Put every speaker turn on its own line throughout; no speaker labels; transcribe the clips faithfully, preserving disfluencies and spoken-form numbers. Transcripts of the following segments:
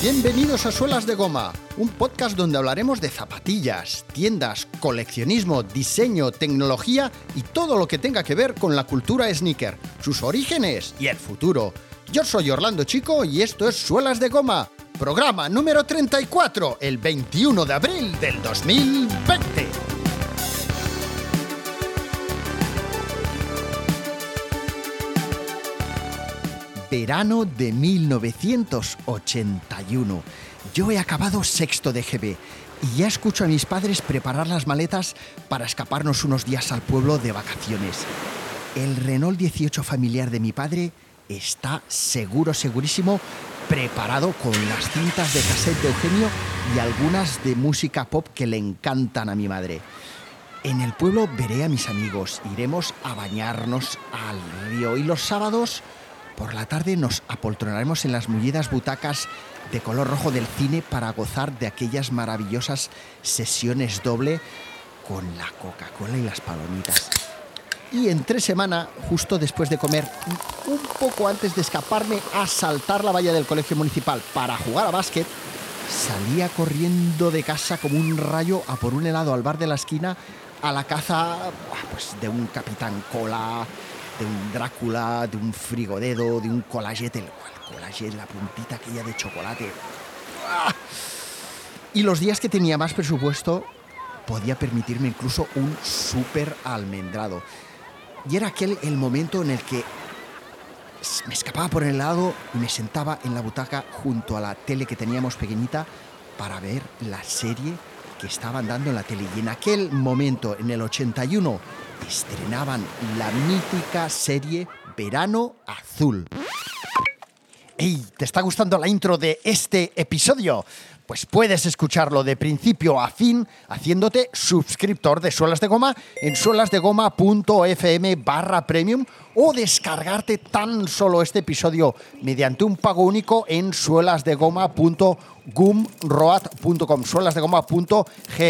Bienvenidos a Suelas de Goma, un podcast donde hablaremos de zapatillas, tiendas, coleccionismo, diseño, tecnología y todo lo que tenga que ver con la cultura sneaker, sus orígenes y el futuro. Yo soy Orlando Chico y esto es Suelas de Goma, programa número treinta y cuatro, el veintiuno de abril del dos mil veinte. Verano de mil novecientos ochenta y uno. Yo he acabado sexto de G B y ya escucho a mis padres preparar las maletas para escaparnos unos días al pueblo de vacaciones. El Renault dieciocho familiar de mi padre está seguro, segurísimo, preparado con las cintas de cassette de Eugenio y algunas de música pop que le encantan a mi madre. En el pueblo veré a mis amigos, iremos a bañarnos al río y los sábados por la tarde nos apoltronaremos en las mullidas butacas de color rojo del cine para gozar de aquellas maravillosas sesiones doble con la Coca-Cola y las palomitas. Y entre semana, justo después de comer, un poco antes de escaparme a saltar la valla del colegio municipal para jugar a básquet, salía corriendo de casa como un rayo a por un helado al bar de la esquina a la caza pues, de un Capitán Cola, de un Drácula, de un Frigodedo, de un Collaget, el, el Collaget, la puntita aquella de chocolate. ¡Ah! Y los días que tenía más presupuesto, podía permitirme incluso un súper almendrado. Y era aquel el momento en el que me escapaba por el lado y me sentaba en la butaca junto a la tele que teníamos pequeñita para ver la serie que estaban dando en la tele. Y en aquel momento, en el ochenta y uno, estrenaban la mítica serie Verano Azul. ¡Ey! ¿Te está gustando la intro de este episodio? Pues puedes escucharlo de principio a fin haciéndote suscriptor de Suelas de Goma en suelasdegoma.fm barra premium o descargarte tan solo este episodio mediante un pago único en suelasdegoma punto gumroad punto com, suelasdegoma punto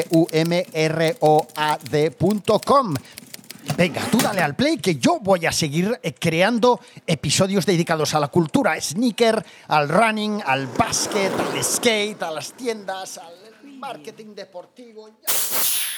gumroad punto com. Venga, tú dale al play que yo voy a seguir creando episodios dedicados a la cultura sneaker, al running, al básquet, al skate, a las tiendas, al marketing deportivo.